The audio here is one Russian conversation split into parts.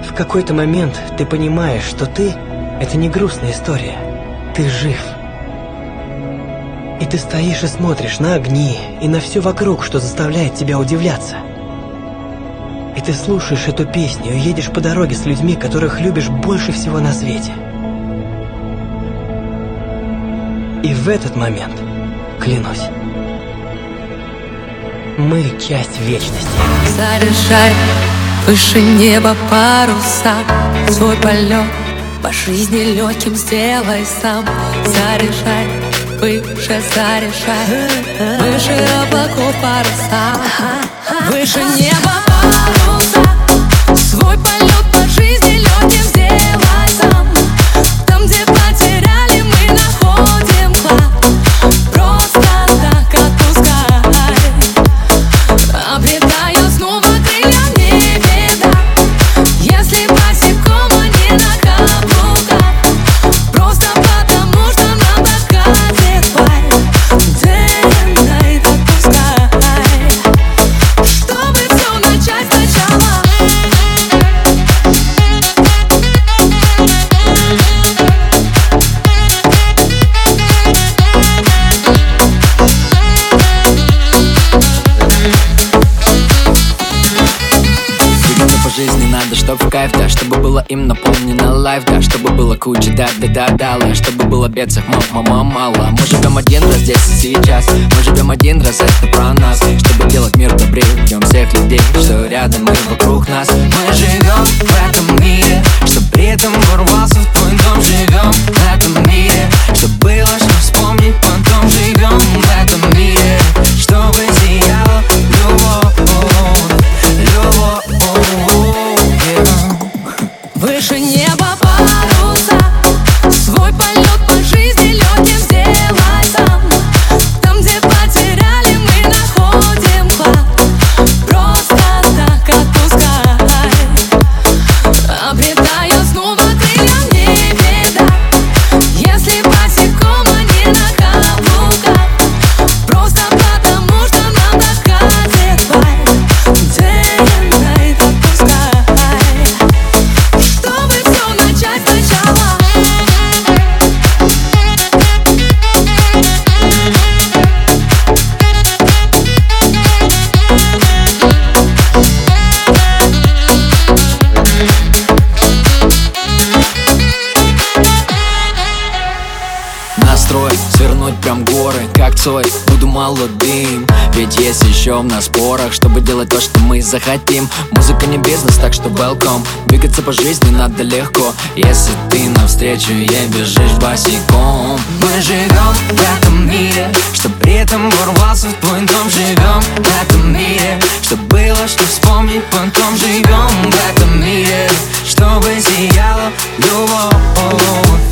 в какой-то момент ты понимаешь, что ты — это не грустная история. Ты жив. И ты стоишь и смотришь на огни и на все вокруг, что заставляет тебя удивляться. И ты слушаешь эту песню и едешь по дороге с людьми, которых любишь больше всего на свете. И в этот момент, клянусь, мы часть вечности. Заряжай выше неба паруса, свой полет по жизни легким сделай сам. Заряжай выше, заряжай выше облаков паруса, выше неба паруса, свой полет по жизни легким сделай сам. Там, где потеряли, мы находим клад. Просто так отпускай, обретая снова крылья, не беда. Если босиком, а не на каблуках, просто потому, что нам так катит вайб. Day and night отпускай, чтобы все начать сначала. Двигаться по жизни надо, чтоб в кайф, да, чтобы было им наполнено лайф, да, чтобы было куча да, чтобы было бедцев мало. Мы живем один раз здесь и сейчас, мы живем один раз, это про нас. Чтобы делать мир добрее, ждем всех людей, что рядом и вокруг нас. Мы живем в этом мире, чтоб ритм ворвался в твой дом. Живем в этом мире, чтоб было что вспомнить потом. Живем в этом мире, чтобы сияла любовь. Выше неба паруса, свой полет по жизни легким сделай сам. Там, где потеряли, мы находим клад. Просто так отпускай, обретая снова крылья, не беда. Если босиком, а не на каблуках, просто потому, что нам так катит вайб. Day and night отпускай, чтобы все начать сначала. Настрой свернуть прям горы, как Цой, буду молодым. Ведь есть еще в нас порох, чтобы делать то, что мы захотим. Музыка не бизнес, так что welcome. Двигаться по жизни надо легко, если ты навстречу ей бежишь босиком. Мы живем в этом мире, чтоб ритм ворвался в твой дом. Живем в этом мире, чтоб было что вспомнить потом. Живем в этом мире, чтобы сияла любовь.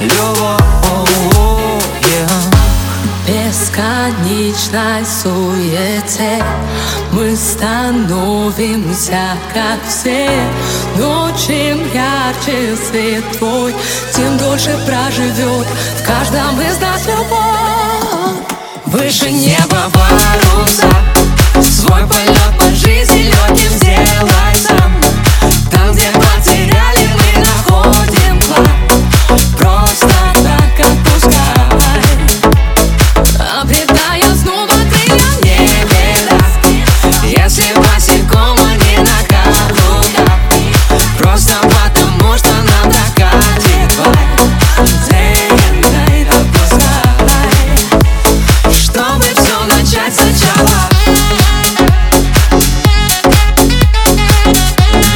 В бесконечной суете мы становимся как все. Но чем ярче свет твой, тем дольше проживет в каждом из нас любовь. Выше неба паруса, свой полет по жизни легким сделай сам. Там, где потеряли, мы находим клад. Просто так отпускай, обретая снова крылья, не беда. Если босиком, а не на каблуках, просто потому, что нам так катит вайб. Day and night отпускай, чтобы все начать сначала.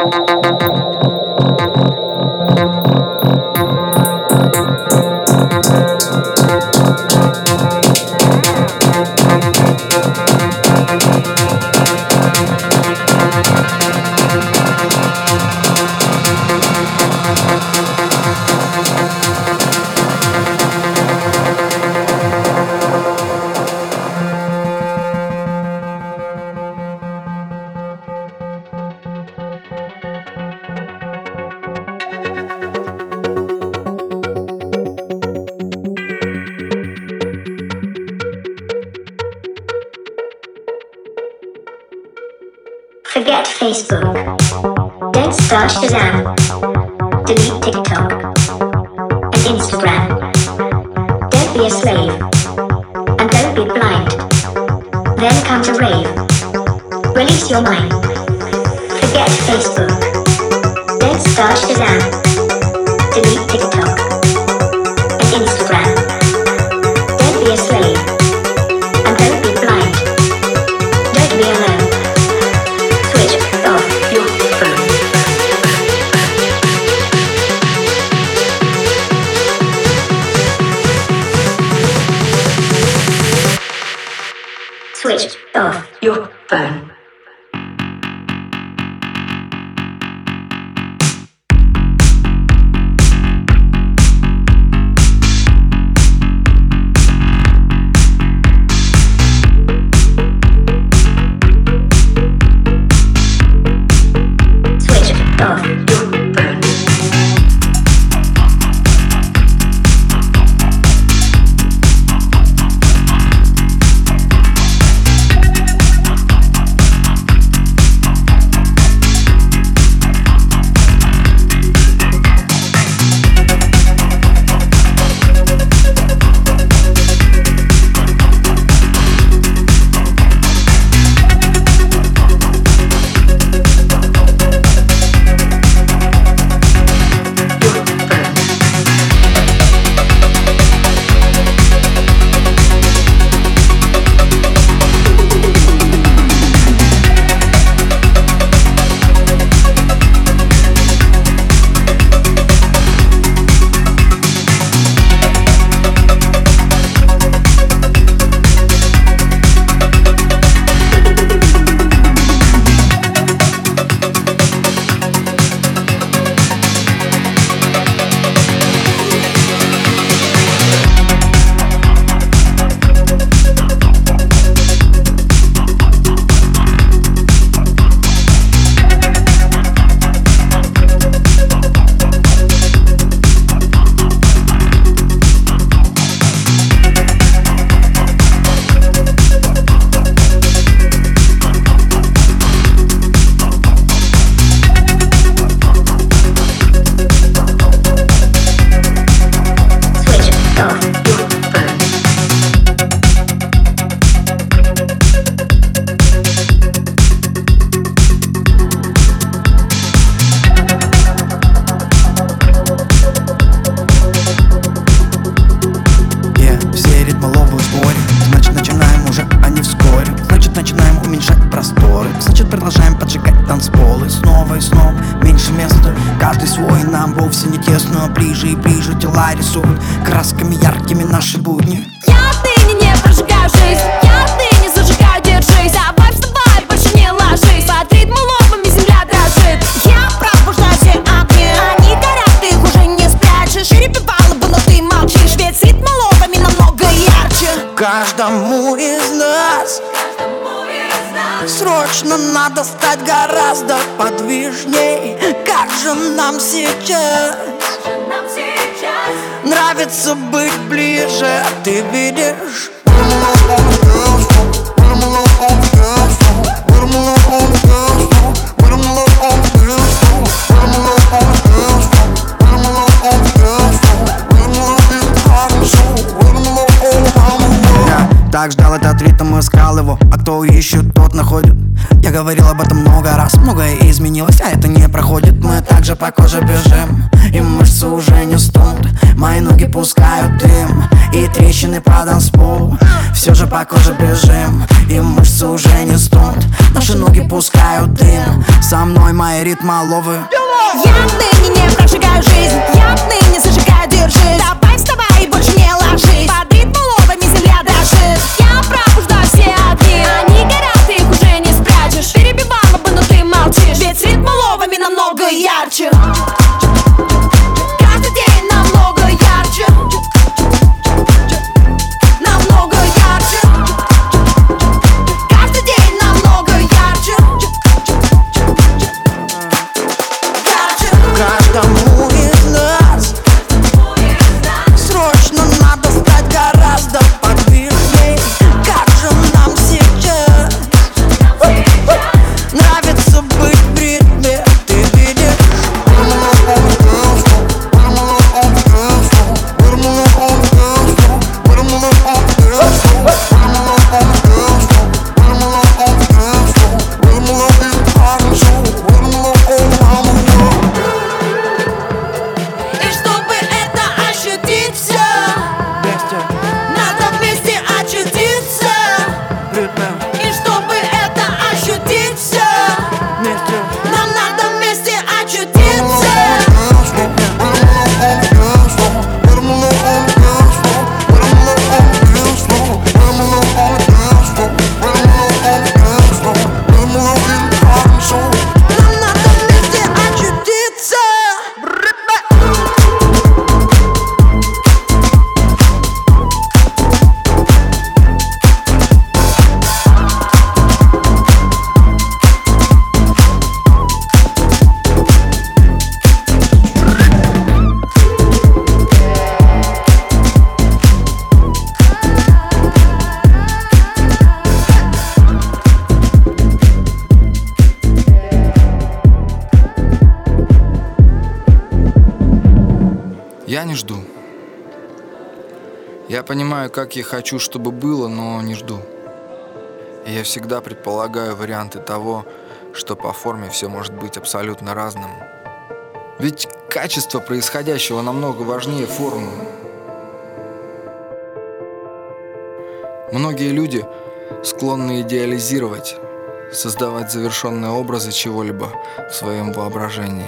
Forget Facebook. Don't start Shazam. Delete TikTok and Instagram. Don't be a slave. And don't be blind. Then come to rave. Release your mind. Forget Facebook. Don't start Shazam. Delete TikTok and Instagram. Don't be a slave. And don't be blind. Don't be alone. Switch off your phone. Switch off your phone. танцполы снова и снова, меньше места, каждый свой, нам вовсе не тесно. Ближе и ближе тела рисуют красками яркими наши будни. Я отныне не прожигаю жизнь, я отныне зажигаю, держись. Давай вставай, больше не ложись, под ритм ломами земля дрожит. Я пробуждаю все огни, они горят, ты их уже не спрячешь. Перепевала бы, но ты молчишь, ведь ритм ломами намного ярче. Каждому из нас срочно надо стать гораздо подвижней. Как же нам сейчас нравится быть ближе, ты видишь? Так ждал этот ритм, искал его, а кто ищет, тот находит. Я говорил об этом много раз. Многое изменилось, а это не проходит. Мы также по коже бежим, и мышцы уже не стонут. Мои ноги пускают дым, и трещины по танцполу. Все же по коже бежим, и мышцы уже не стонут. Наши ноги пускают дым, со мной мои ритмоловы. Я отныне не прожигаю жизнь, я отныне зажигаю, держись. Давай вставай и больше не ложись, под ритм ловами земля дрожит. Я пробуждаю все огни, они горят, их уже не спрячешь. Перебивала бы, но ты молчишь, ведь с ритм ловами намного ярче. Каждый день намного ярче, намного ярче. Каждый день намного ярче. Каждому из нас срочно надо стать гораздо подвижней. Как же нам сейчас нравится быть в ритме, ты видишь? И чтобы это ощутить все, надо вместе очутиться. И чтобы это ощутить все, нам надо вместе очутиться. Нам надо вместе очутиться. Я не жду. Я понимаю, как я хочу, чтобы было, но не жду. И я всегда предполагаю варианты того, что по форме все может быть абсолютно разным. Ведь качество происходящего намного важнее формы. Многие люди склонны идеализировать, создавать завершенные образы чего-либо в своем воображении.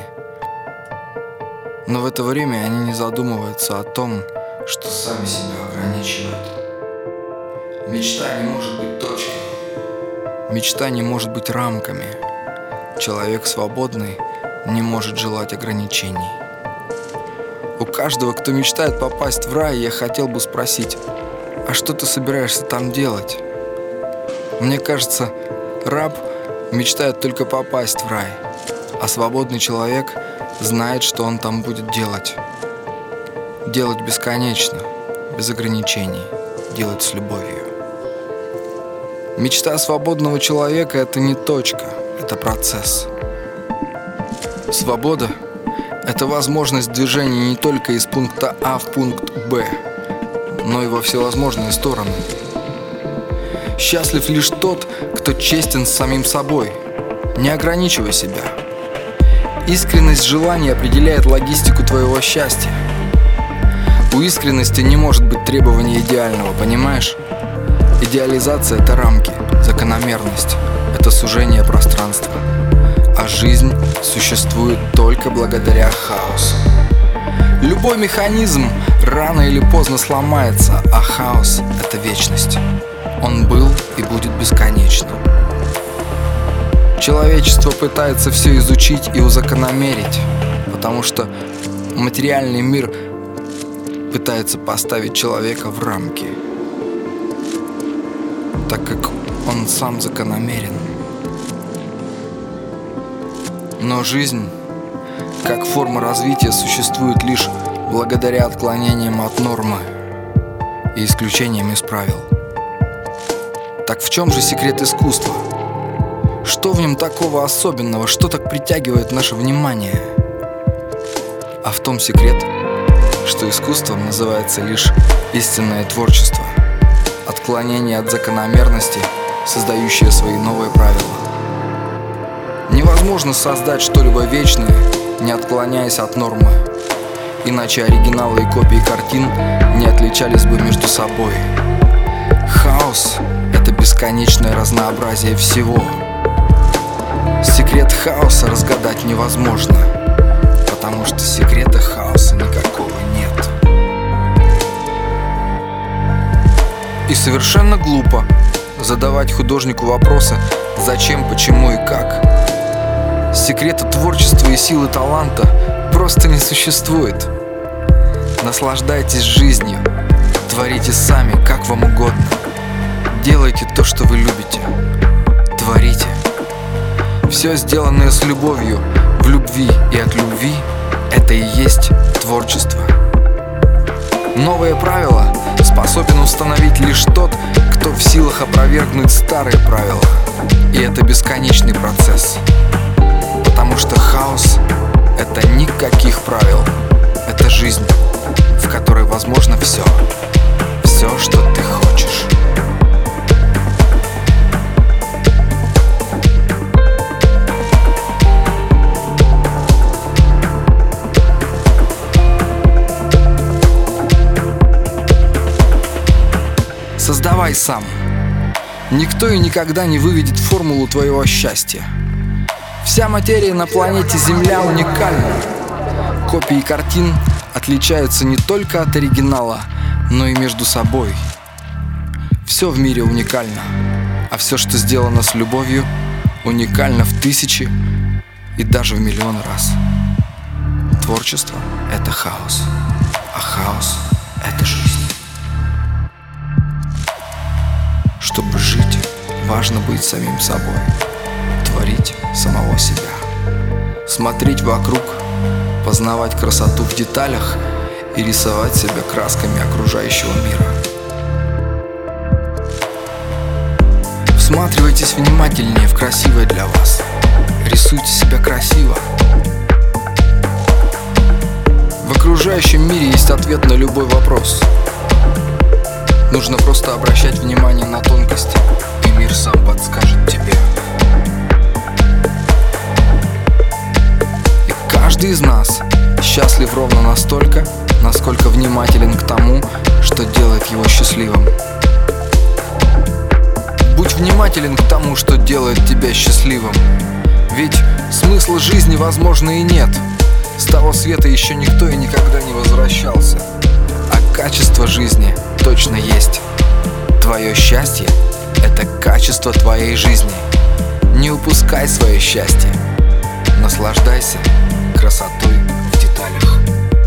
Но в это время они не задумываются о том, что сами себя ограничивают. Мечта не может быть точкой. Мечта не может быть рамками. Человек свободный не может желать ограничений. У каждого, кто мечтает попасть в рай, я хотел бы спросить: а что ты собираешься там делать? Мне кажется, раб мечтает только попасть в рай, а свободный человек знает, что он там будет делать. Делать бесконечно, без ограничений, делать с любовью. Мечта свободного человека — это не точка, это процесс. Свобода — это возможность движения не только из пункта А в пункт Б, но и во всевозможные стороны. Счастлив лишь тот, кто честен с самим собой. Не ограничивай себя. Искренность желания определяет логистику твоего счастья. У искренности не может быть требования идеального, понимаешь? Идеализация — это рамки, закономерность, это сужение пространства. А жизнь существует только благодаря хаосу. Любой механизм рано или поздно сломается, а хаос — это вечность. Он был и будет бесконечным. Человечество пытается все изучить и узакономерить, потому что материальный мир пытается поставить человека в рамки, так как он сам закономерен. Но жизнь, как форма развития, существует лишь благодаря отклонениям от нормы и исключениям из правил. Так в чем же секрет искусства? Что в нем такого особенного, что так притягивает наше внимание? А в том секрет, что искусством называется лишь истинное творчество, отклонение от закономерности, создающее свои новые правила. Невозможно создать что-либо вечное, не отклоняясь от нормы. Иначе оригиналы и копии картин не отличались бы между собой. Хаос — это бесконечное разнообразие всего. Секрет хаоса разгадать невозможно, потому что секрета хаоса никакого нет. И совершенно глупо задавать художнику вопросы «зачем?», «почему?» и «как?». Секрета творчества и силы таланта просто не существует. Наслаждайтесь жизнью, творите сами, как вам угодно. Делайте то, что вы любите. Творите. Все сделанное с любовью, в любви и от любви — это и есть творчество. Новые правила способен установить лишь тот, кто в силах опровергнуть старые правила. И это бесконечный процесс. Потому что хаос — это никаких правил. Это жизнь, в которой возможно все. Все, что ты хочешь. Создавай сам. Никто и никогда не выведет формулу твоего счастья. Вся материя на планете Земля уникальна. Копии картин отличаются не только от оригинала, но и между собой. Все в мире уникально, а все, что сделано с любовью, уникально в 1000 и даже в миллион раз. Творчество — это хаос, а хаос — это жизнь. Чтобы жить, важно быть самим собой, творить самого себя, смотреть вокруг, познавать красоту в деталях и рисовать себя красками окружающего мира. Всматривайтесь внимательнее в красивое для вас. Рисуйте себя красиво. В окружающем мире есть ответ на любой вопрос. Нужно просто обращать внимание на тонкости, и мир сам подскажет тебе. И каждый из нас счастлив ровно настолько, насколько внимателен к тому, что делает его счастливым. Будь внимателен к тому, что делает тебя счастливым. Ведь смысла жизни, возможно, и нет. С того света еще никто и никогда не возвращался. А качество жизни точно есть. Твое счастье — это качество твоей жизни. Не упускай свое счастье. Наслаждайся красотой в деталях.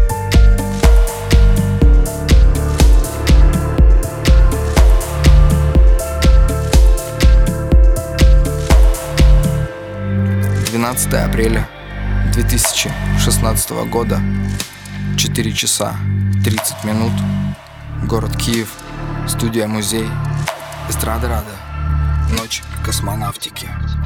Апреля 2016 года, 4 часа 30 минут, город Киев, студия «Музей», эстрада Рада, ночь космонавтики.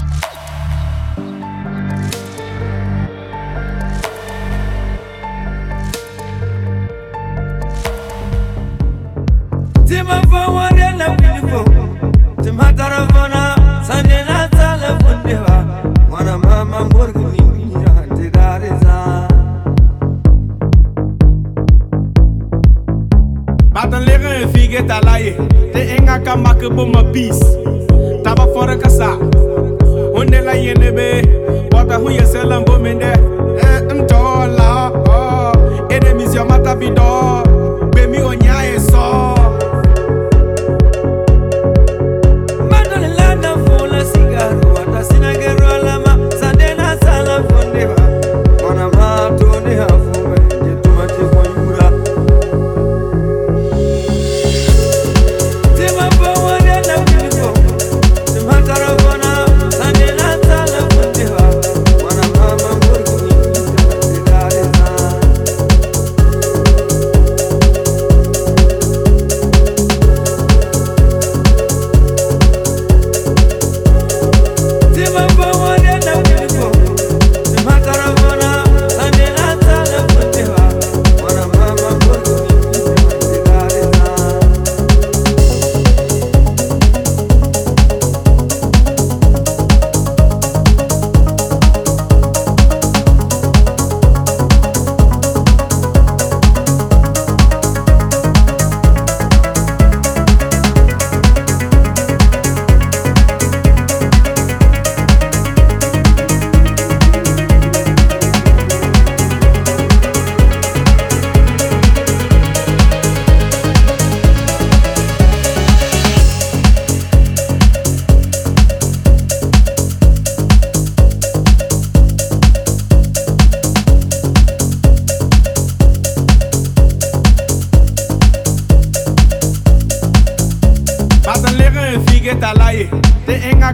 Batan leren fige talaye, te enga kamake boma peace. Taba fora kasa, honde la yenebe, bota huye selam bomende. Ntola, enemies yo mata vido, bemi onya eso. Madole lana fola cigarro, ata sinagero lama, sandena sala fondeva. Wana mato ne hafume, jetuma te konyura. Sandena sala fondeva.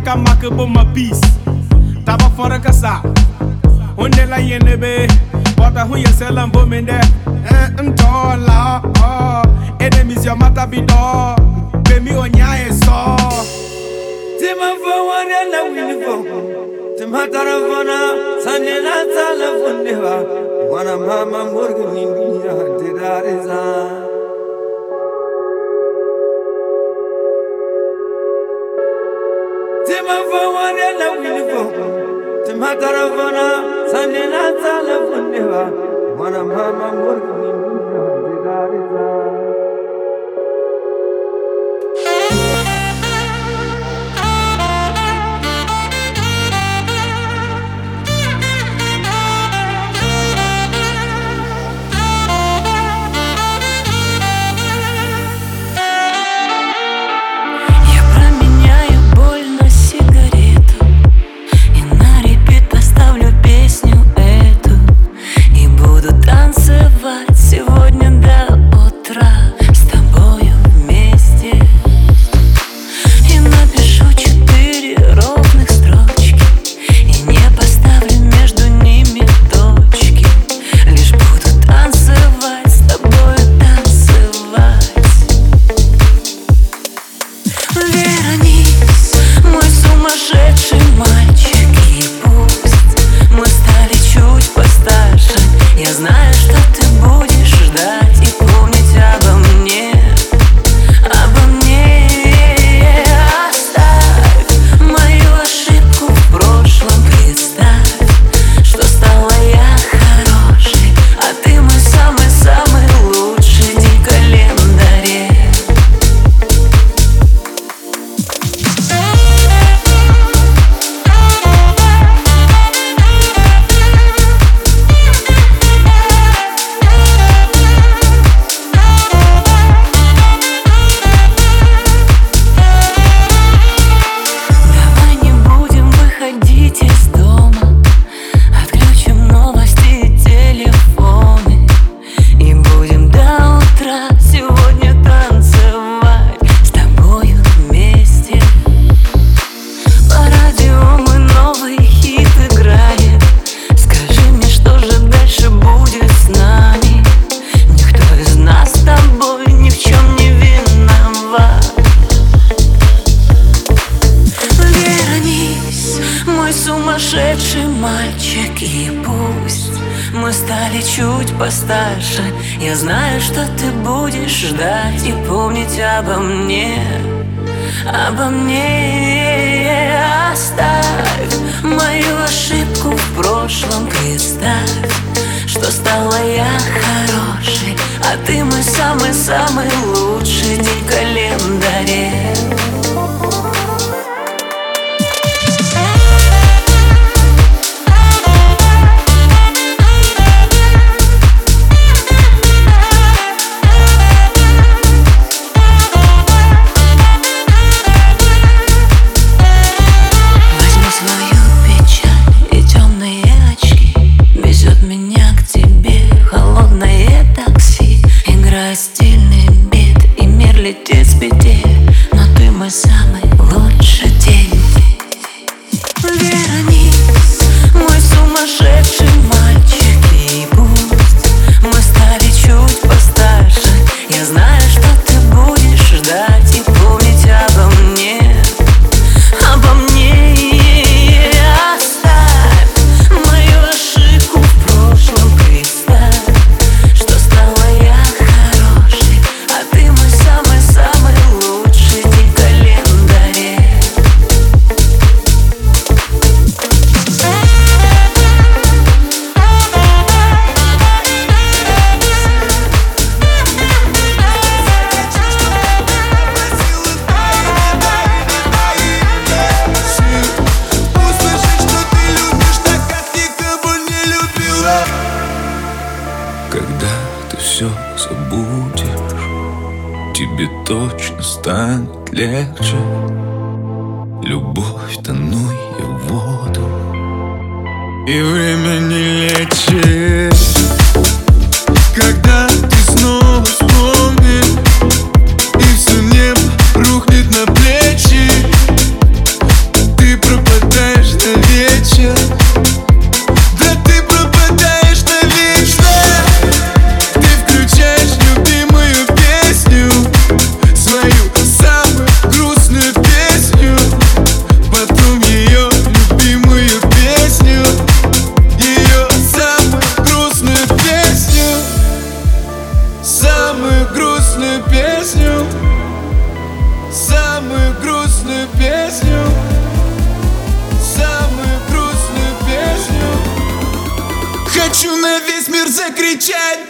ka make bo ma peace taba fora kasa onela yenebe bota hu yesela mbomende ntola enemies your mata bido bemi onya eso Tima fawanya na winifo Tima taravana sanena telefoneva Wana mama morgani dunya dirariza Tima fawanya na winifo Tima taravana sanena telefoneva Wana mama morgani dunya dirariza Сегодня до утра с тобою вместе. И напишу 4 ровных строчки и не поставлю между ними точки. Лишь буду танцевать с тобою, танцевать. Вернись, мой сумасшедший мальчик, и пусть мы стали чуть постарше. Я знаю, что ты будешь ждать и помнить обо мне, обо мне. Оставь мою ошибку в прошлом, представь, что стала я хорошей, а ты мой самый-самый лучший день в календаре. Из дома, отключим новости и телефоны и будем до утра сегодня танцевать с тобою вместе. По радио мой новый хит играет. Скажи мне, что же дальше будет с нами? Никто из нас с тобой ни в чем не виноват. Вернись, мой сумасшедший мальчик, и пусть мы стали чуть постарше. Я знаю, что ты будешь ждать и помнить обо мне, обо мне. Оставь мою ошибку в прошлом, представь, что стала я хорошей, а ты мой самый-самый лучший день в календаре. Стильный бит, и мир летит с пяти, но ты мой самый лучший день. Вернись, мой сумасшедший мальчик, и пусть мы стали чуть постарше. Я знаю, что ты будешь ждать и помнить обо мне, обо мне. Оставь мою ошибку в прошлом, представь, что стала я хорошей, а ты мой самый-самый лучший день в календаре. Когда ты все забудешь, тебе точно станет легче. Любовь, тону я в воду, и время не лечит. Когда ты снова вспомнишь, и все небо рухнет на плечи, ты Хочу на весь мир закричать: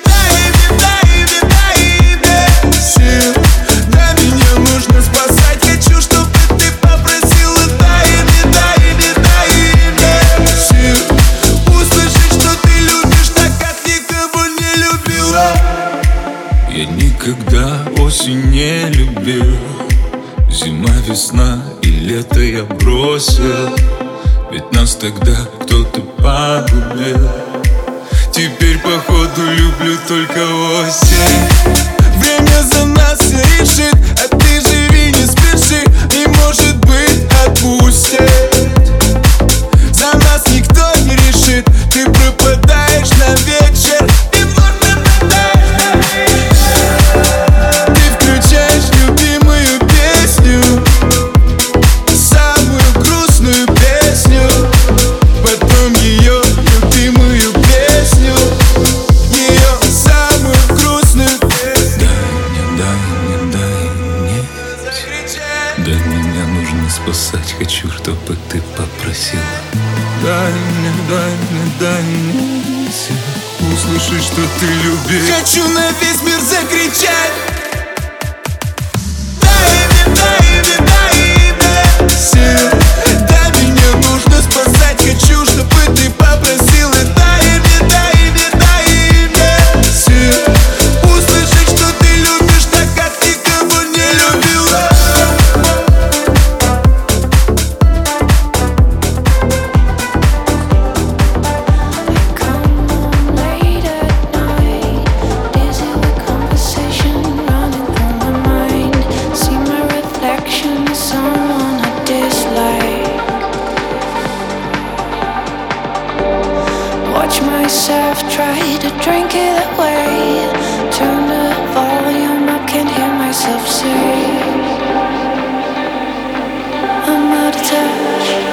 дай мне сил, да меня нужно спасать. Хочу, чтобы ты попросила: дай мне сил, услышать, что ты любишь так, как никого не любила. Я никогда осень не любил, зима, весна и лето я бросил, ведь нас тогда кто-то погубил. Теперь походу люблю только осень. Время за нас все решит, а ты живи, не спеши, и может быть отпустит. За нас никто не решит, ты пропадаешь на вечер, и вновь пропадаешь на вечер. Ты включаешь любимую песню, самую грустную песню, потом ее любимую песню, ее самую грустную песню. Дай мне, да меня нужно спасать. Хочу, чтобы ты попросила: дай мне сил, услышать, что ты любишь. Хочу на весь мир закричать: дай мне сил, да меня нужно спасать. Хочу, чтобы ты попросила: дай мне сил, услышать, что ты любишь так, как никого не любила. Watch myself try to drink it away. Turn the volume up, can't hear myself say I'm out of touch.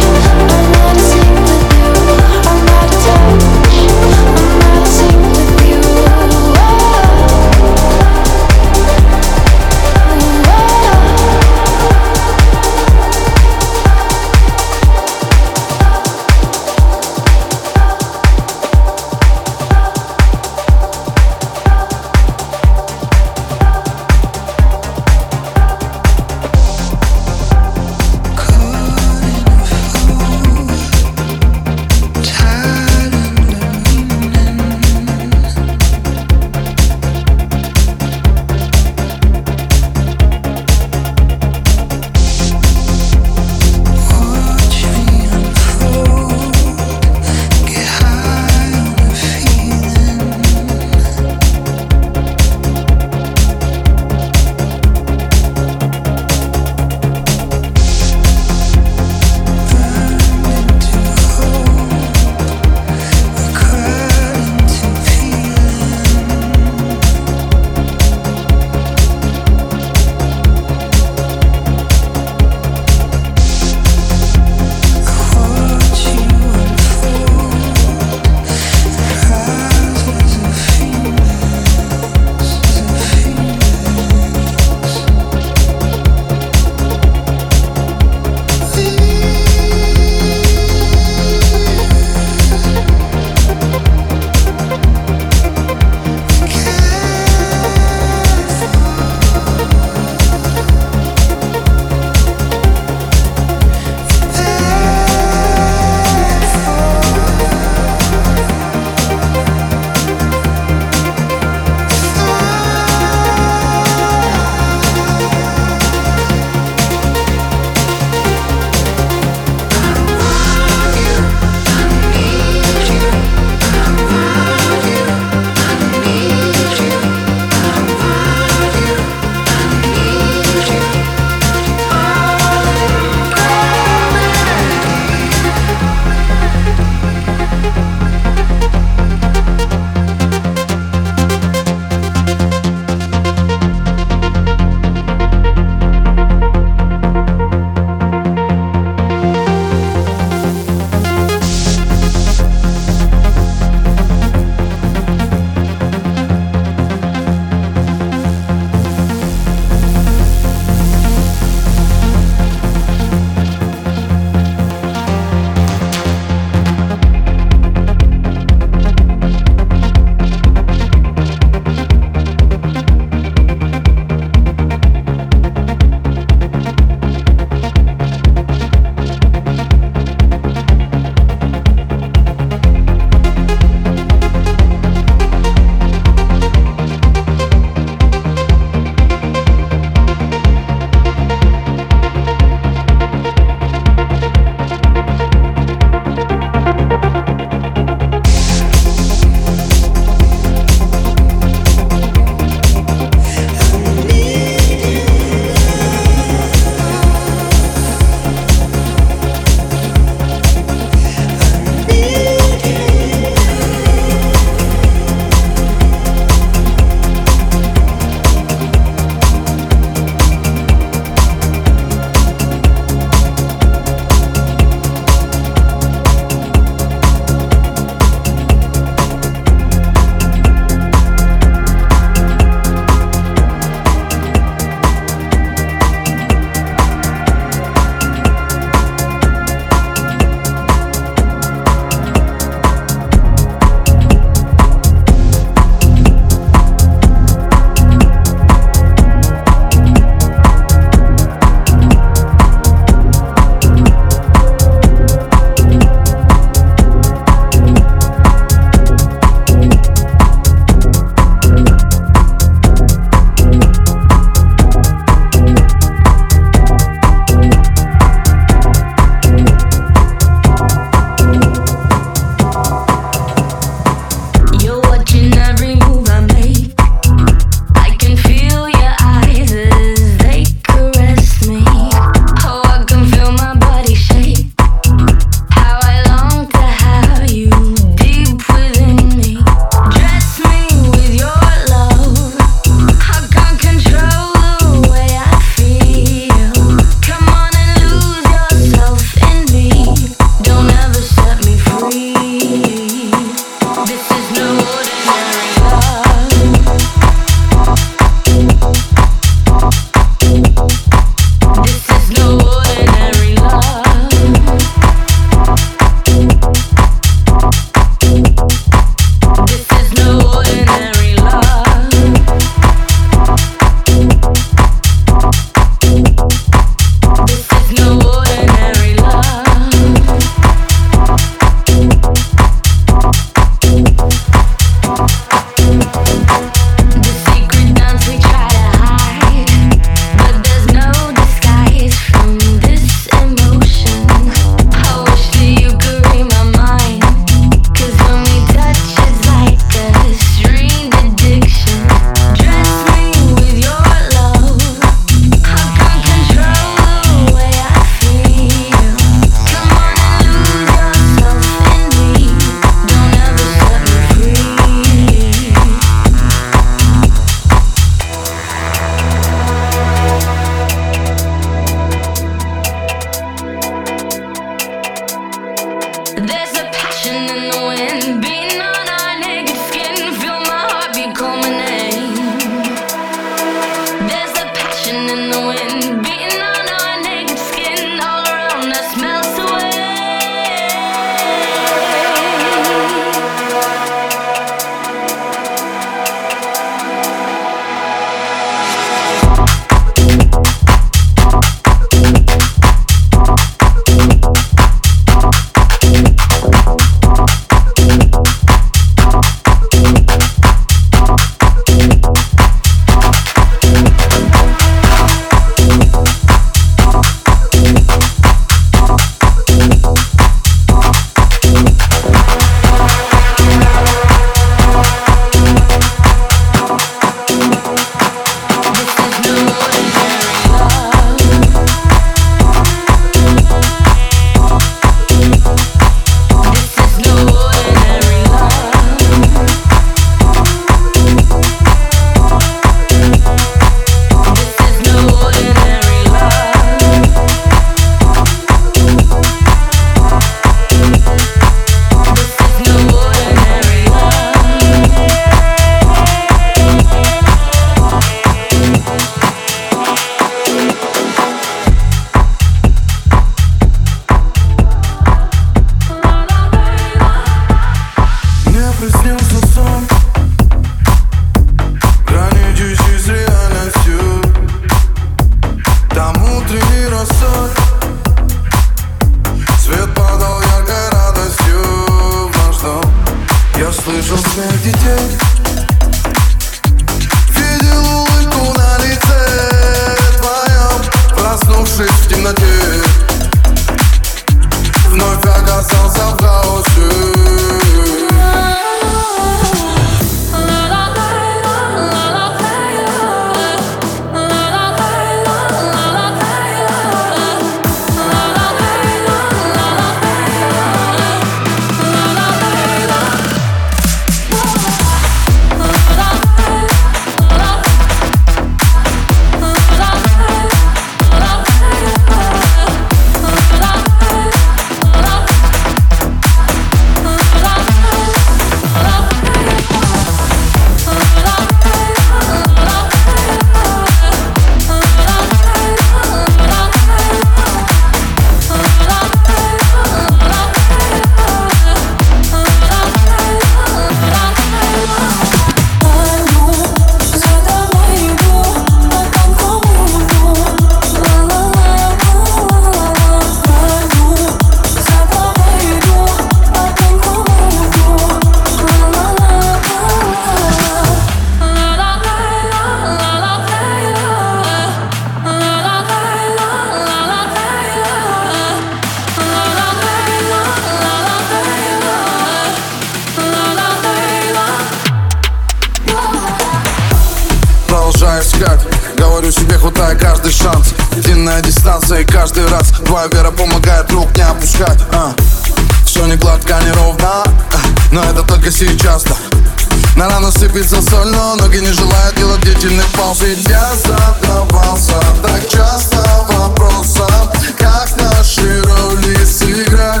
говорю себе, хватай каждый шанс. Длинная дистанция и каждый раз твоя вера помогает рук не опускать. Все не гладко, не ровно, но это только сейчас, да. На рану сыпется соль, но ноги не желают делать длительных пауз. Ведь я задавался так часто вопросом, как наши роли сыграть.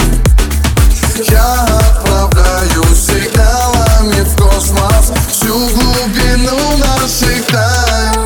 Я отправляю сигналами в космос всю глубину наших тайн.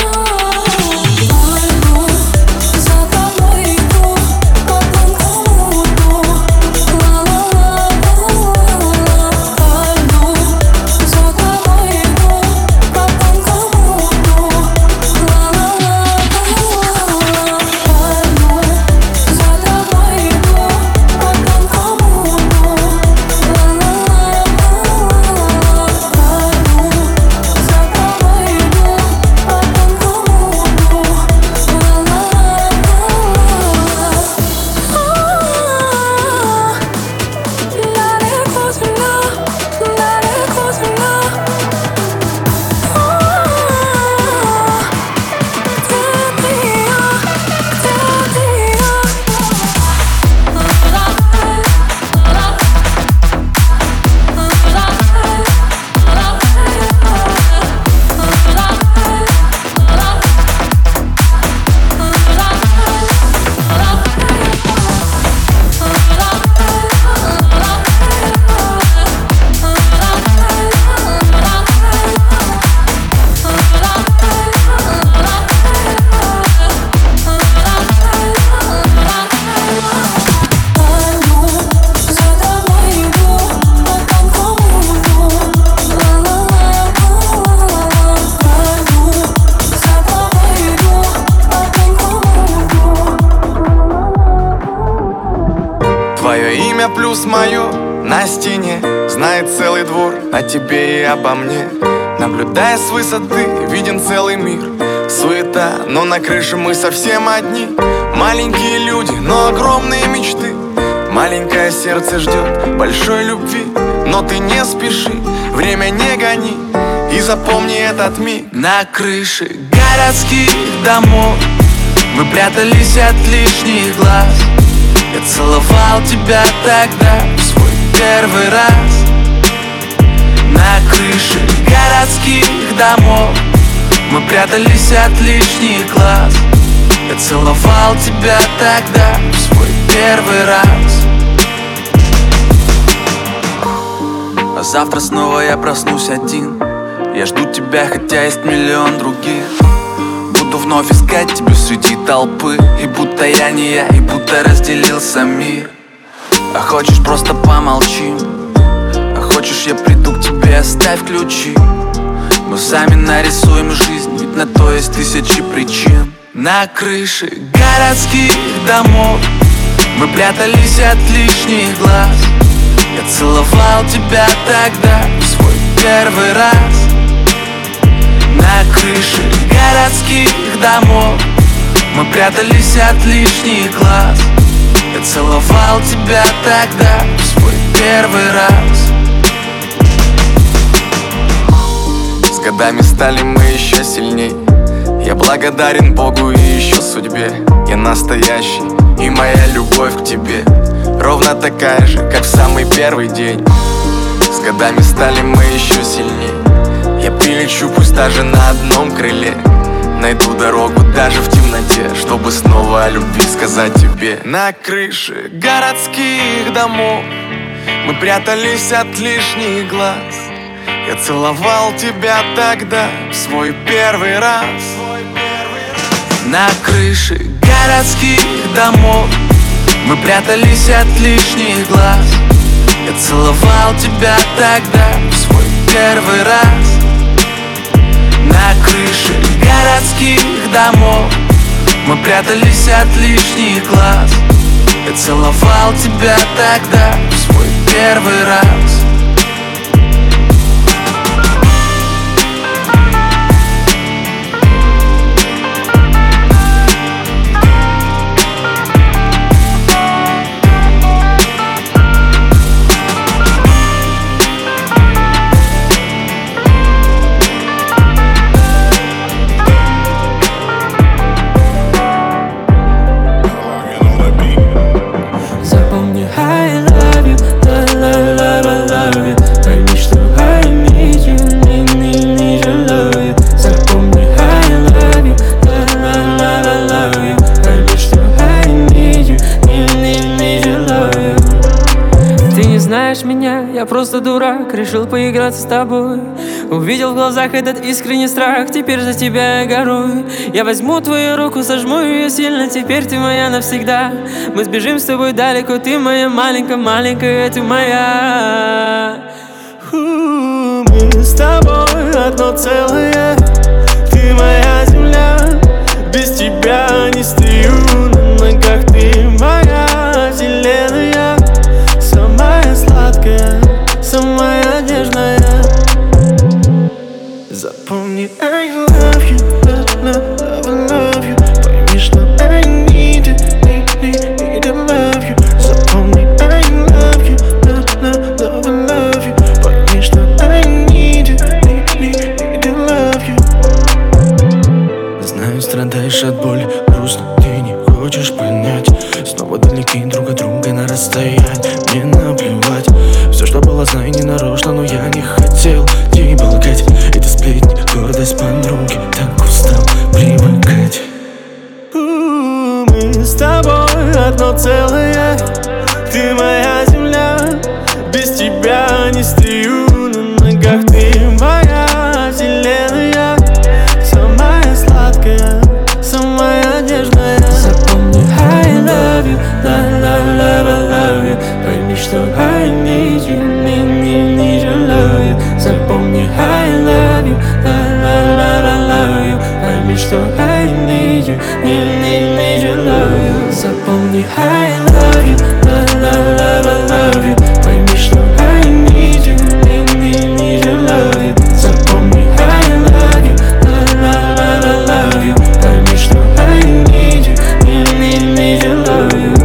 Плюс мое на стене знает целый двор о тебе и обо мне. Наблюдая с высоты, виден целый мир. Суета, но на крыше мы совсем одни. Маленькие люди, но огромные мечты. Маленькое сердце ждет большой любви. Но ты не спеши, время не гони. И запомни этот миг. На крыше городских домов мы прятались от лишних глаз. Я целовал тебя тогда в свой первый раз. На крыше городских домов мы прятались от лишних глаз. Я целовал тебя тогда в свой первый раз. А завтра снова я проснусь один. Я жду тебя, хотя есть миллион других. Буду вновь искать тебя среди толпы. И будто я не я, и будто разделился мир. А хочешь, просто помолчим. А хочешь, я приду к тебе, оставь ключи. Мы сами нарисуем жизнь, ведь на то есть тысячи причин. На крыше городских домов мы прятались от лишних глаз. Я целовал тебя тогда в свой первый раз. На крыше городских домов мы прятались от лишних глаз. Я целовал тебя тогда в свой первый раз. С годами стали мы еще сильней. Я благодарен Богу и еще судьбе. Я настоящий, и моя любовь к тебе ровно такая же, как в самый первый день. С годами стали мы еще сильней. Я прилечу, пусть даже на одном крыле. Найду дорогу даже в темноте, чтобы снова о любви сказать тебе. На крыше городских домов мы прятались от лишних глаз. Я целовал тебя тогда в свой первый раз. На крыше городских домов мы прятались от лишних глаз. Я целовал тебя тогда в свой первый раз. На крыше городских домов мы прятались от лишних глаз. Я целовал тебя тогда в свой первый раз. просто дурак, решил поиграться с тобой. Увидел в глазах этот искренний страх, теперь за тебя я горую. Я возьму твою руку, сожму ее сильно, теперь ты моя навсегда. Мы сбежим с тобой далеко, ты моя маленькая, ты моя. Мы с тобой одно целое, ты моя земля. Без тебя не стою на ногах, ты моя вселенная. Самая сладкая, самая нежная. Запомни, I love you, love you. Пойми, что I need to love you. Запомни, I love you, love you. Пойми, что I need to love you. Знаю, страдаешь от боли, грустно, ты не хочешь понять. Снова далеки друг от друга на расстоянии. Мне наплевать, все, что было, знай, не нарочно. Но я не хотел тебя лгать. Это сплетни, гордость подруги. Так устал привыкать. Мы с тобой одно целое, ты моя земля. Без тебя не стою на ногах, ты моя вселенная. Самая сладкая, самая нежная. Запомни, I love you, love you. Пойми, что I need you, need you, love you. Запомни, I love you, love you. Пойми, что I need you, need you, love you. Запомни, I love you, love you. Пойми, что I need you, need you, love you. Запомни, I love you, love you. Пойми, что I need you, need you, love you.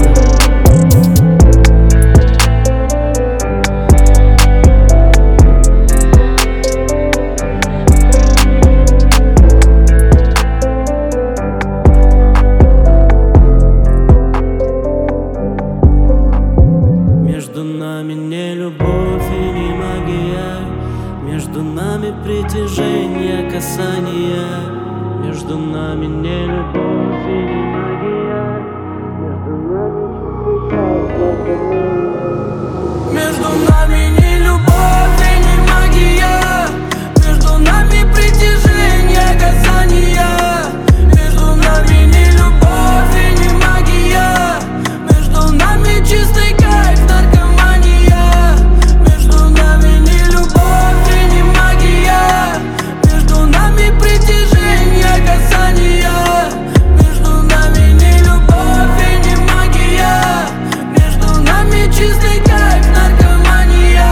Между нами не любовь и не магия. Между нами притяжение, касание. Между нами не любовь и не магия. Между нами не любовь и не магия. Между нами притяжение, касание. Между нами не любовь и не магия. Между нами чистый кайф, наркомания. Между нами не любовь и не магия. Между нами притяжение, касание. Между нами не любовь и не магия. Между нами чистый кайф, наркомания.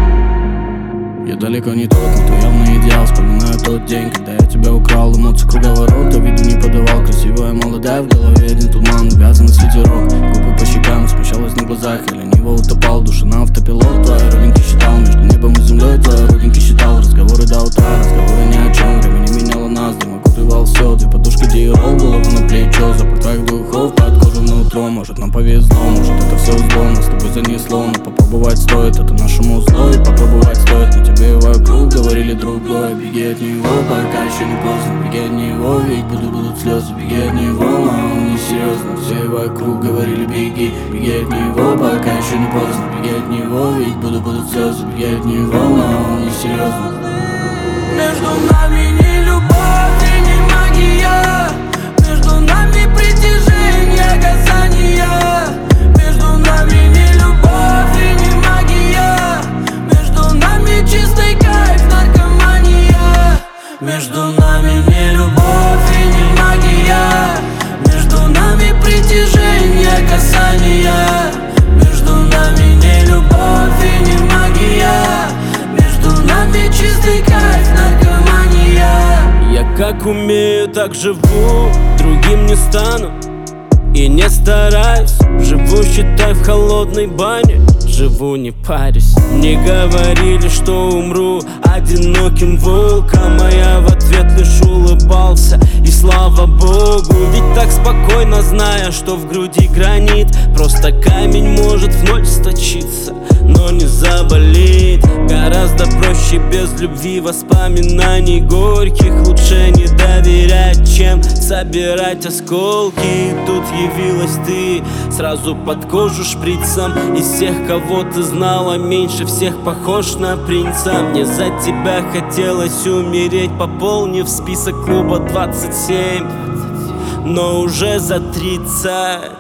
Я далеко не тот, но ты явно идеал. Вспоминаю тот день, когда я тебя украл. Эмоции круговорот, а виду не подавал. Красивая, молодая, в голове один туман. Обязанность ветерок, губы по щекам. Смущалась на глазах, я лениво утопал. Душа на автопилот, твои родинки считал. Между небом и землей твои родинки считал. Разговоры до утра, разговоры ни о чем. Время не меняло нас, дым окутывал все. Две подушки Диорол, голову на плечо. Запах твоих духов под кожу внутрь. Может нам повезло, может это все зло. Нас с тобой занесло, но попробовать стоит. Это нашему зло и попробовать стоит. Но тебе вокруг говорили другое. Беги от него, пока еще не поздно. Беги от него, ведь будут слезы. Беги от него, а он не серьезно. Все вокруг говорили беги. Беги от него, пока еще не поздно. Беги от него, ведь будут слезы. Беги от него, а он не серьезно. Между нами не любовь и не магия. Между нами притяжение, касание. Между нами не любовь и не магия. Между нами чистый кайф, наркомания. Между нами не любовь и не магия. Между нами притяжение, касание. Между нами не любовь и не магия. Между нами чистый кайф, наркомания. Я как умею, так живу, другим не стану и не стараюсь. Живу, считай, в холодной бане. Живу, не парюсь. Мне говорили, что умру одиноким волком, а я в ответ лишь улыбался. И слава богу, ведь так спокойно, зная, что в груди гранит. Просто камень может вновь сточиться, но не заболеть. Гораздо проще без любви, воспоминаний горьких. Лучше не доверять, чем собирать осколки. Тут явилась ты, сразу под кожу шприцем. Из всех, кого ты знала, меньше всех похож на принца. Мне за тебя хотелось умереть, пополнив список клуба 27, но уже за 30.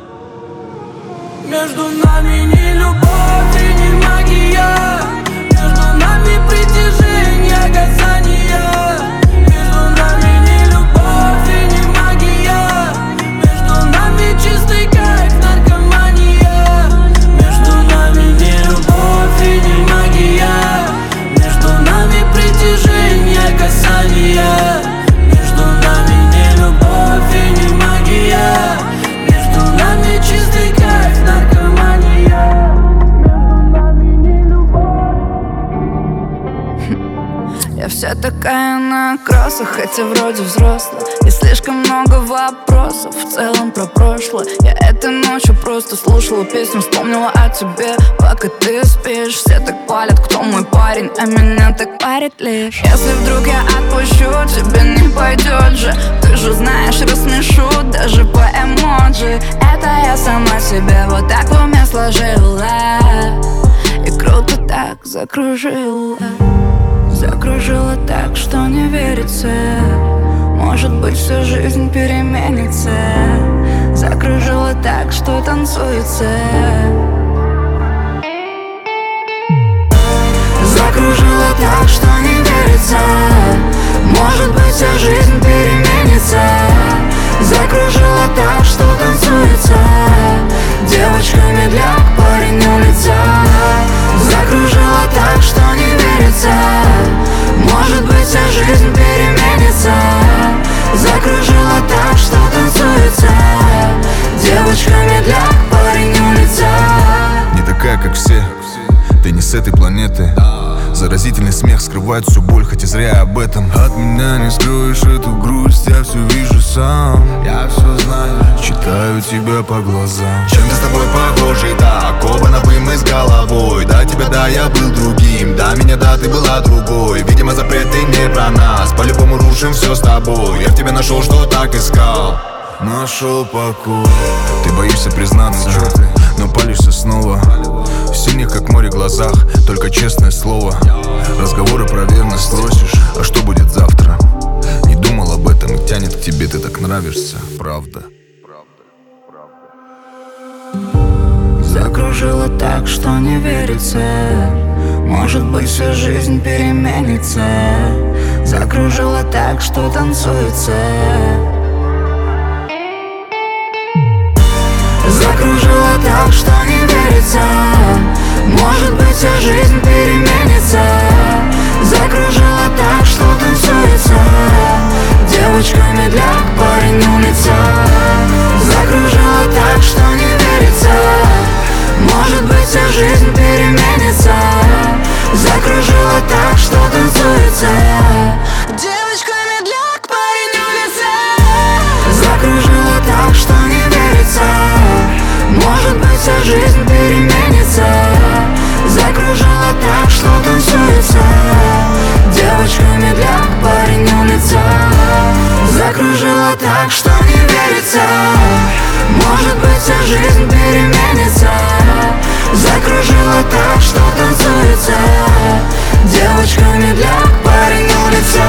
Между нами не любовь и не магия, между нами притяжение, касание. Между нами не любовь и не магия, между нами чистый кайф, наркомания. Между нами не любовь и не магия, между нами притяжение, касание. Между нами не любовь и не магия, между нами чистый кайф, наркомания. Я вся такая на кроссах, хотя вроде взрослая. И слишком много вопросов в целом про прошлое. Я этой ночью просто слушала песню, вспомнила о тебе, пока ты спишь. Все так палят, кто мой парень, а меня так парит лишь. Если вдруг я отпущу, тебе не пойдет же. Ты же знаешь, рассмешу даже по эмоджи. Это я сама себе вот так в уме сложила и круто так закружила. Закружила так, что не верится. Может быть, всю жизнь переменится. Закружила так, что танцуется. Закружила так, что не верится. Может быть, вся жизнь переменится. Закружила так, что танцуется. Девочка медляк, парень улица. Закружила так, что не верится. Может быть, вся жизнь переменится. Закружила так, что танцуется. Девочка медляк, парень улица. Не такая, как все, ты не с этой планеты. Заразительный смех скрывает всю боль, хотя зря об этом. От меня не скроешь эту грусть, я все вижу сам. Я все знаю, читаю тебя по глазам. Чем-то с тобой похожи, так, оба напрямую с головой. До тебя, да, я был другим, до меня, да, ты была другой. Видимо, запреты не про нас, по-любому рушим все с тобой. Я в тебе нашел, что так искал. Нашел покой. Ты боишься признаться, но палишься снова. В синих, как море, глазах, только честное слово. Разговоры про верность спросишь, а что будет завтра? Не думал об этом и тянет к тебе, ты так нравишься, правда. Закружила так, что не верится. Может быть, всю жизнь переменится. Закружила так, что танцуется. Закружила так, что не верится. Может быть, вся жизнь переменится. Закружила так, что танцуется. Девочка медляк, парень улица. Закружила так, что не верится. Может быть, вся жизнь переменится. Закружила так, что танцуется. Девочка медляк, парень улица. Закружила так, что не верится. Может быть, вся жизнь переменится. Закружила так, что танцуется. Девочка медляк, парень улица. Закружила так, что не верится. Может быть, вся жизнь переменится. Закружила так, что танцуется. Девочка медляк, парень улица.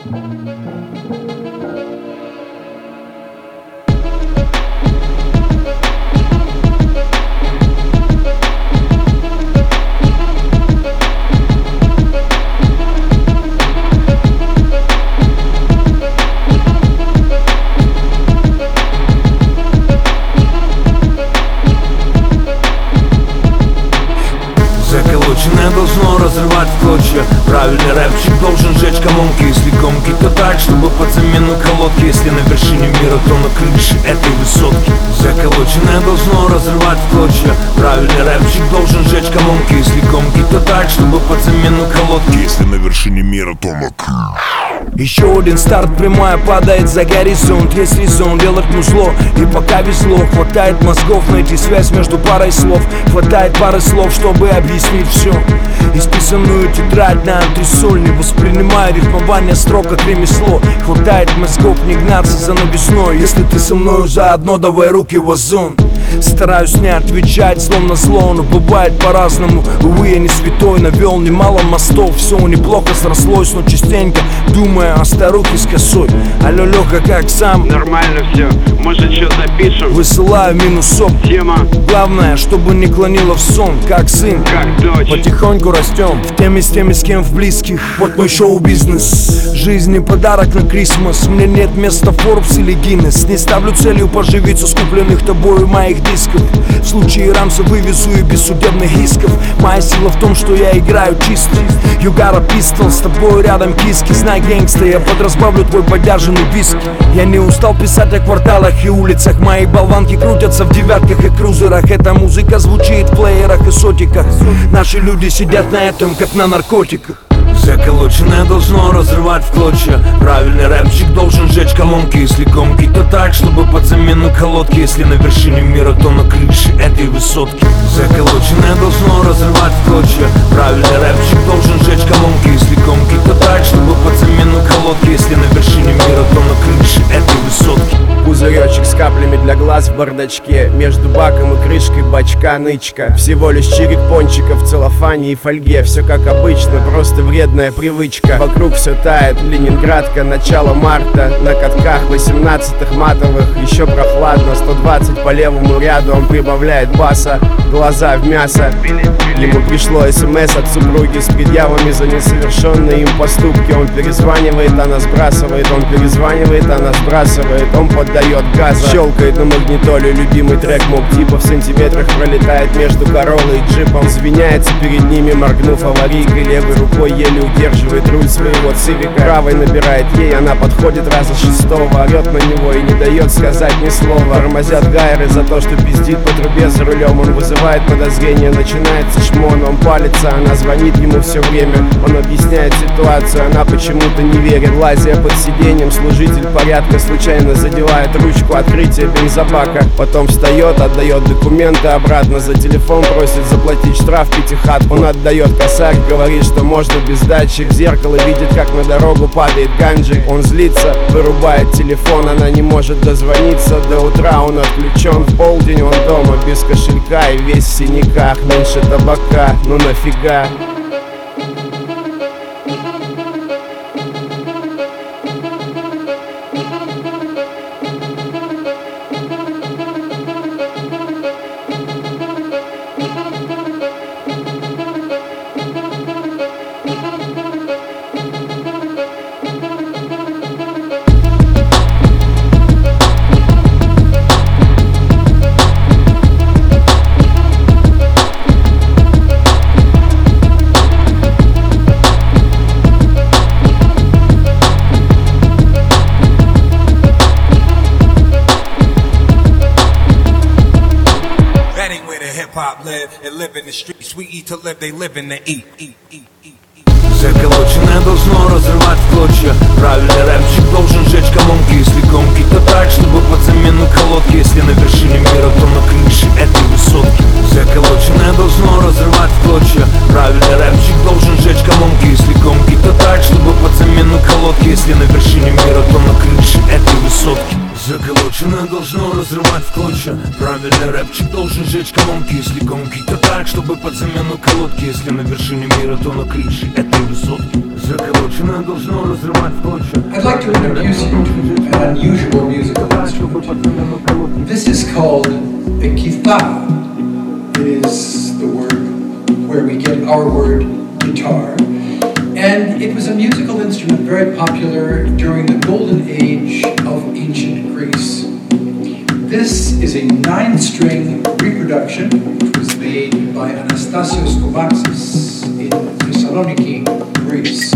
Заколоченное должно разрывать в клочья. Правильный рэпчик должен жечь комонки. Если комки, то так, чтобы под замену колодки. Если на вершине мира, то на крыше этой высотки. Заколоченное должно разрывать в клочья. Правильный рэпчик должен жечь комонки. Если комки, то так, чтобы под замену колодки. Если на вершине мира, то на крыше. Еще один старт, прямая падает за горизонт. Есть резон делать музло, и пока везло. Хватает мозгов найти связь между парой слов. Хватает пары слов, чтобы объяснить все. Исписанную тетрадь на антресоль. Не воспринимая рифмование строк как ремесло. Хватает мозгов не гнаться за навесной. Если ты со мною заодно, давай руки в озон. Стараюсь не отвечать злом на зло, но бывает по-разному. Увы, я не святой, навел немало мостов. Все неплохо срослось, но частенько думаю о старухе с косой. Алло, Леха, как сам? Нормально все, может что запишем? Высылаю минусов. Тема. Главное, чтобы не клонило в сон. Как сын, как дочь. Потихоньку растем. В теме с теми, с кем в близких. Вот мой шоу-бизнес. Жизни подарок на Крисмас. Мне нет места Forbes или Guinness. Не ставлю целью поживиться с купленных тобою моих дисков. В случае рамса вывезу и без судебных исков. Моя сила в том, что я играю чисто. You got a pistol, с тобой рядом киски. Знай, гэнгста, я подразбавлю твой подержанный виски. Я не устал писать о кварталах и улицах. Мои болванки крутятся в девятках и крузерах. Эта музыка звучит в плеерах и сотиках. Наши люди сидят на этом, как на наркотиках. Заколоченное должно разрывать в клочья. Правильный рэпчик должен жечь колонки. Если комки, то так, чтобы под замену колодки. Если на вершине мира, то на крыше этой высотки. Заколоченное должно разрывать в клочья. Правильный рэпчик должен жечь колонки. Если комки, то так, чтобы под замену колодки. Если на вершине мира, то на крыше этой высотки. Пузыречек с каплями для глаз в бардачке. Между баком и крышкой бачка нычка. Всего лишь чирик пончиков в целлофане и фольге. Все как обычно, просто вредная привычка. Вокруг все тает, Ленинградка, начало марта. На катках 18-х матовых, еще прохладно. 120 по левому ряду, он прибавляет баса. Глаза в мясо. Ему пришло СМС от супруги с предъявами за несовершенные им поступки. Он перезванивает, она сбрасывает. Он перезванивает, она сбрасывает. Он поддает газа. Щелкает на магнитоле любимый трек Мог типа в сантиметрах пролетает между Короллой и джипом. Звеняется перед ними, моргнув аварийкой. Левой рукой еле удерживает руль своего цивика. Правой набирает ей, она подходит раза шестого. Орет на него и не дает сказать ни слова. Тормозят гайры за то, что пиздит по трубе за рулем. Он вызывает подозрение, начинается шмон. Он палится, она звонит ему все время. Он объясняет ситуацию, она почему-то не верит. Лазя под сиденьем, служитель порядка случайно задевает ручку открытия бензобака. Потом встает, отдает документы обратно. За телефон просит заплатить штраф пятихатку. Он отдает косарь, говорит, что можно без датчик. В зеркало видит, как на дорогу падает ганджик. Он злится, вырубает телефон, она не может дозвониться. До утра он отключен, в полдень он дома без кошелька и весь в синяках. Меньше табака, ну нафига. Заколоченное должно разрывать в клочья. Правильный рэпчик должен жечь колонки. Если комки, то так, чтобы под замену колодки. Если на вершине мира, то на крыше этой высотки. Заколоченное должно разрывать в клочья. Правильный рэпчик должен жечь колонки. Если комки, то так, чтобы под замену колодки. Если на вершине мира, то на крыше этой высотки. Заколочено должно разрывать в клочья. Правильный рэпчик должен жечь колонки. Если гонки, то так, чтобы под замену колодки. Если на вершине мира, то на крыше этой высотки. Заколочено должно разрывать в клочья. I'd like to introduce you to an unusual musical instrument. This is called a guitarra. It is the word where we get our word guitar. And it was a musical instrument very popular during the golden age of ancient Greece. This is a 9-string reproduction which was made by Anastasios Kouvaxis in Thessaloniki, Greece.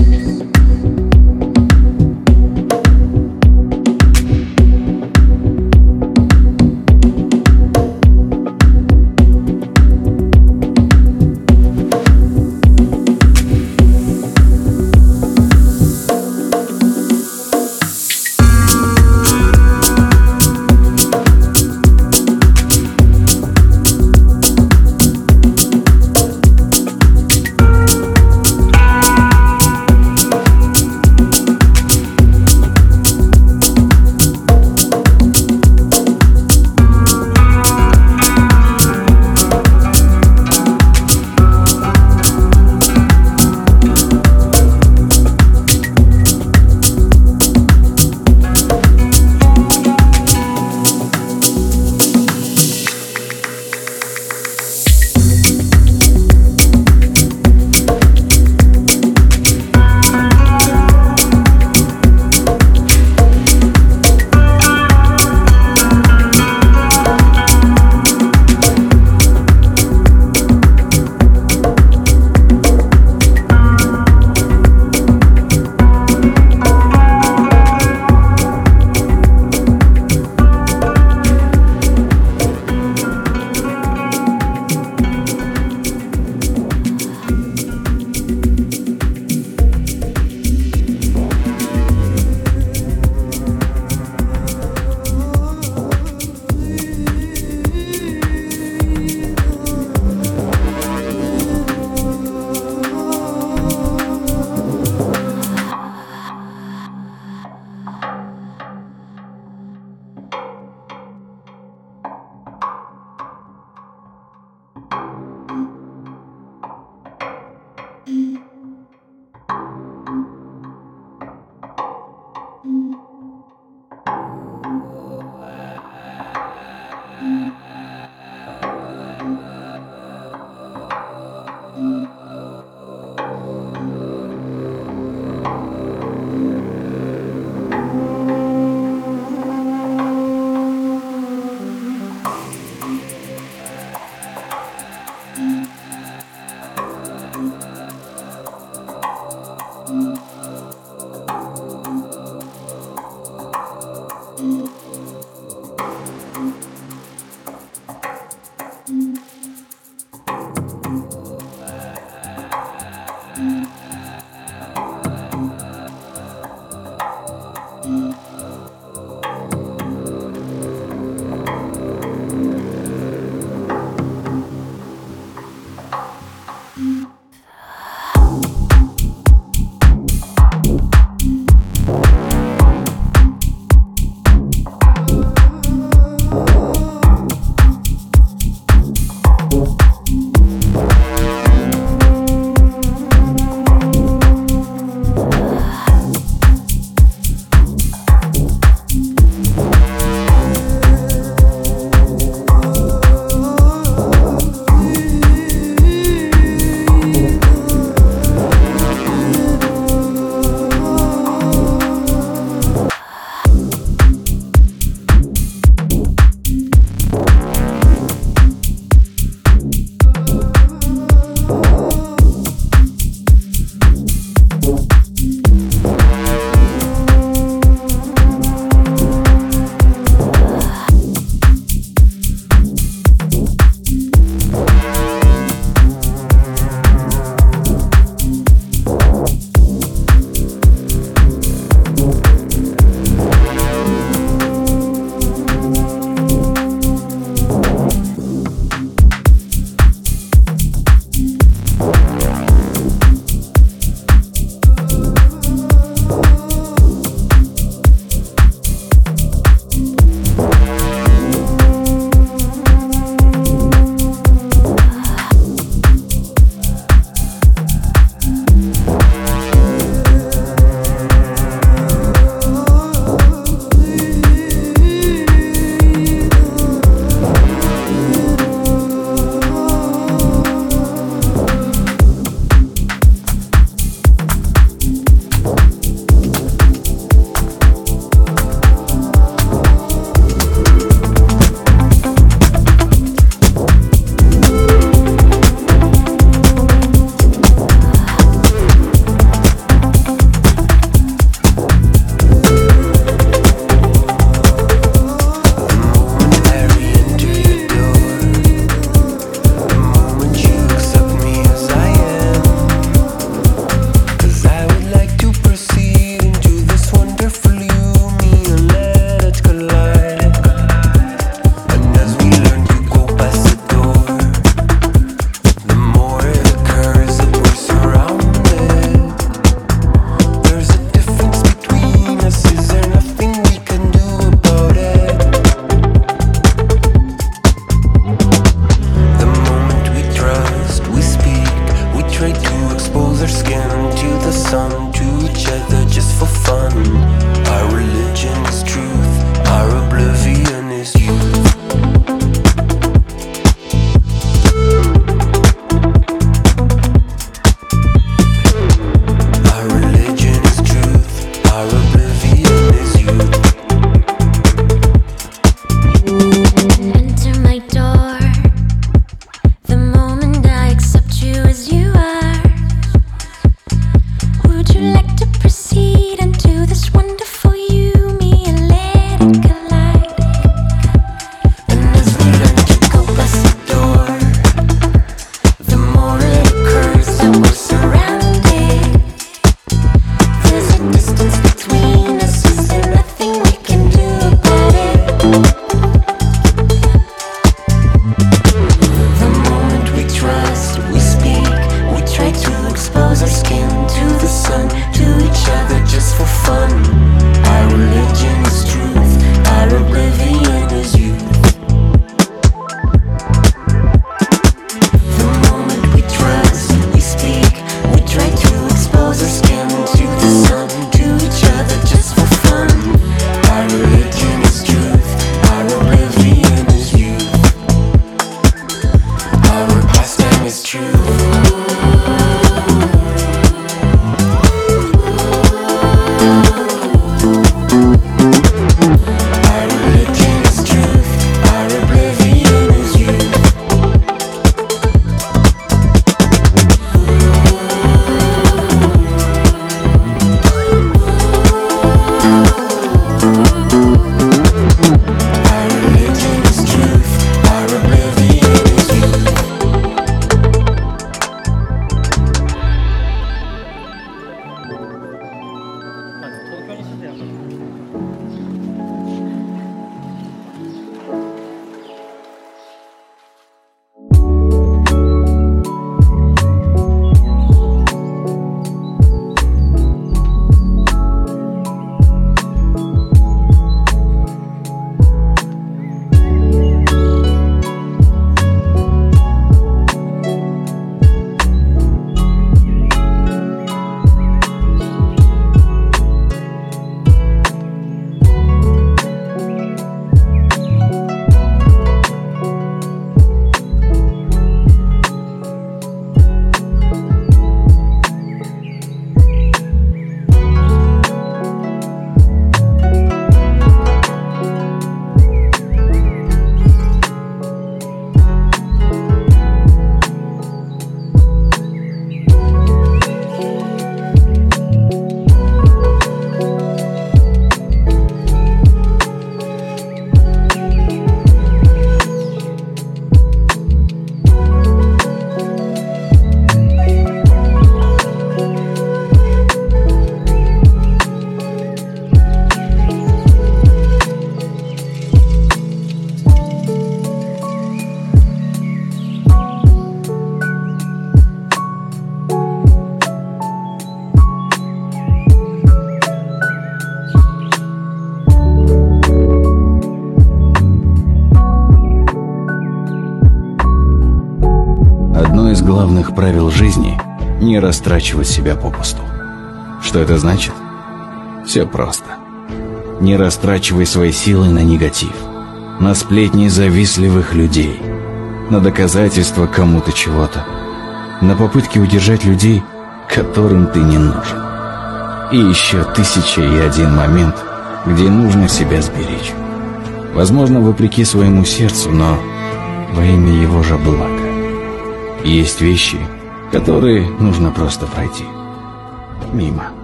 главных правил жизни – не растрачивать себя попусту. Что это значит? Все просто. Не растрачивай свои силы на негатив, на сплетни завистливых людей, на доказательства кому-то чего-то, на попытки удержать людей, которым ты не нужен. И еще 1001 момент, где нужно себя сберечь. Возможно, вопреки своему сердцу, но во имя его же блага. Есть вещи, которые нужно просто пройти мимо.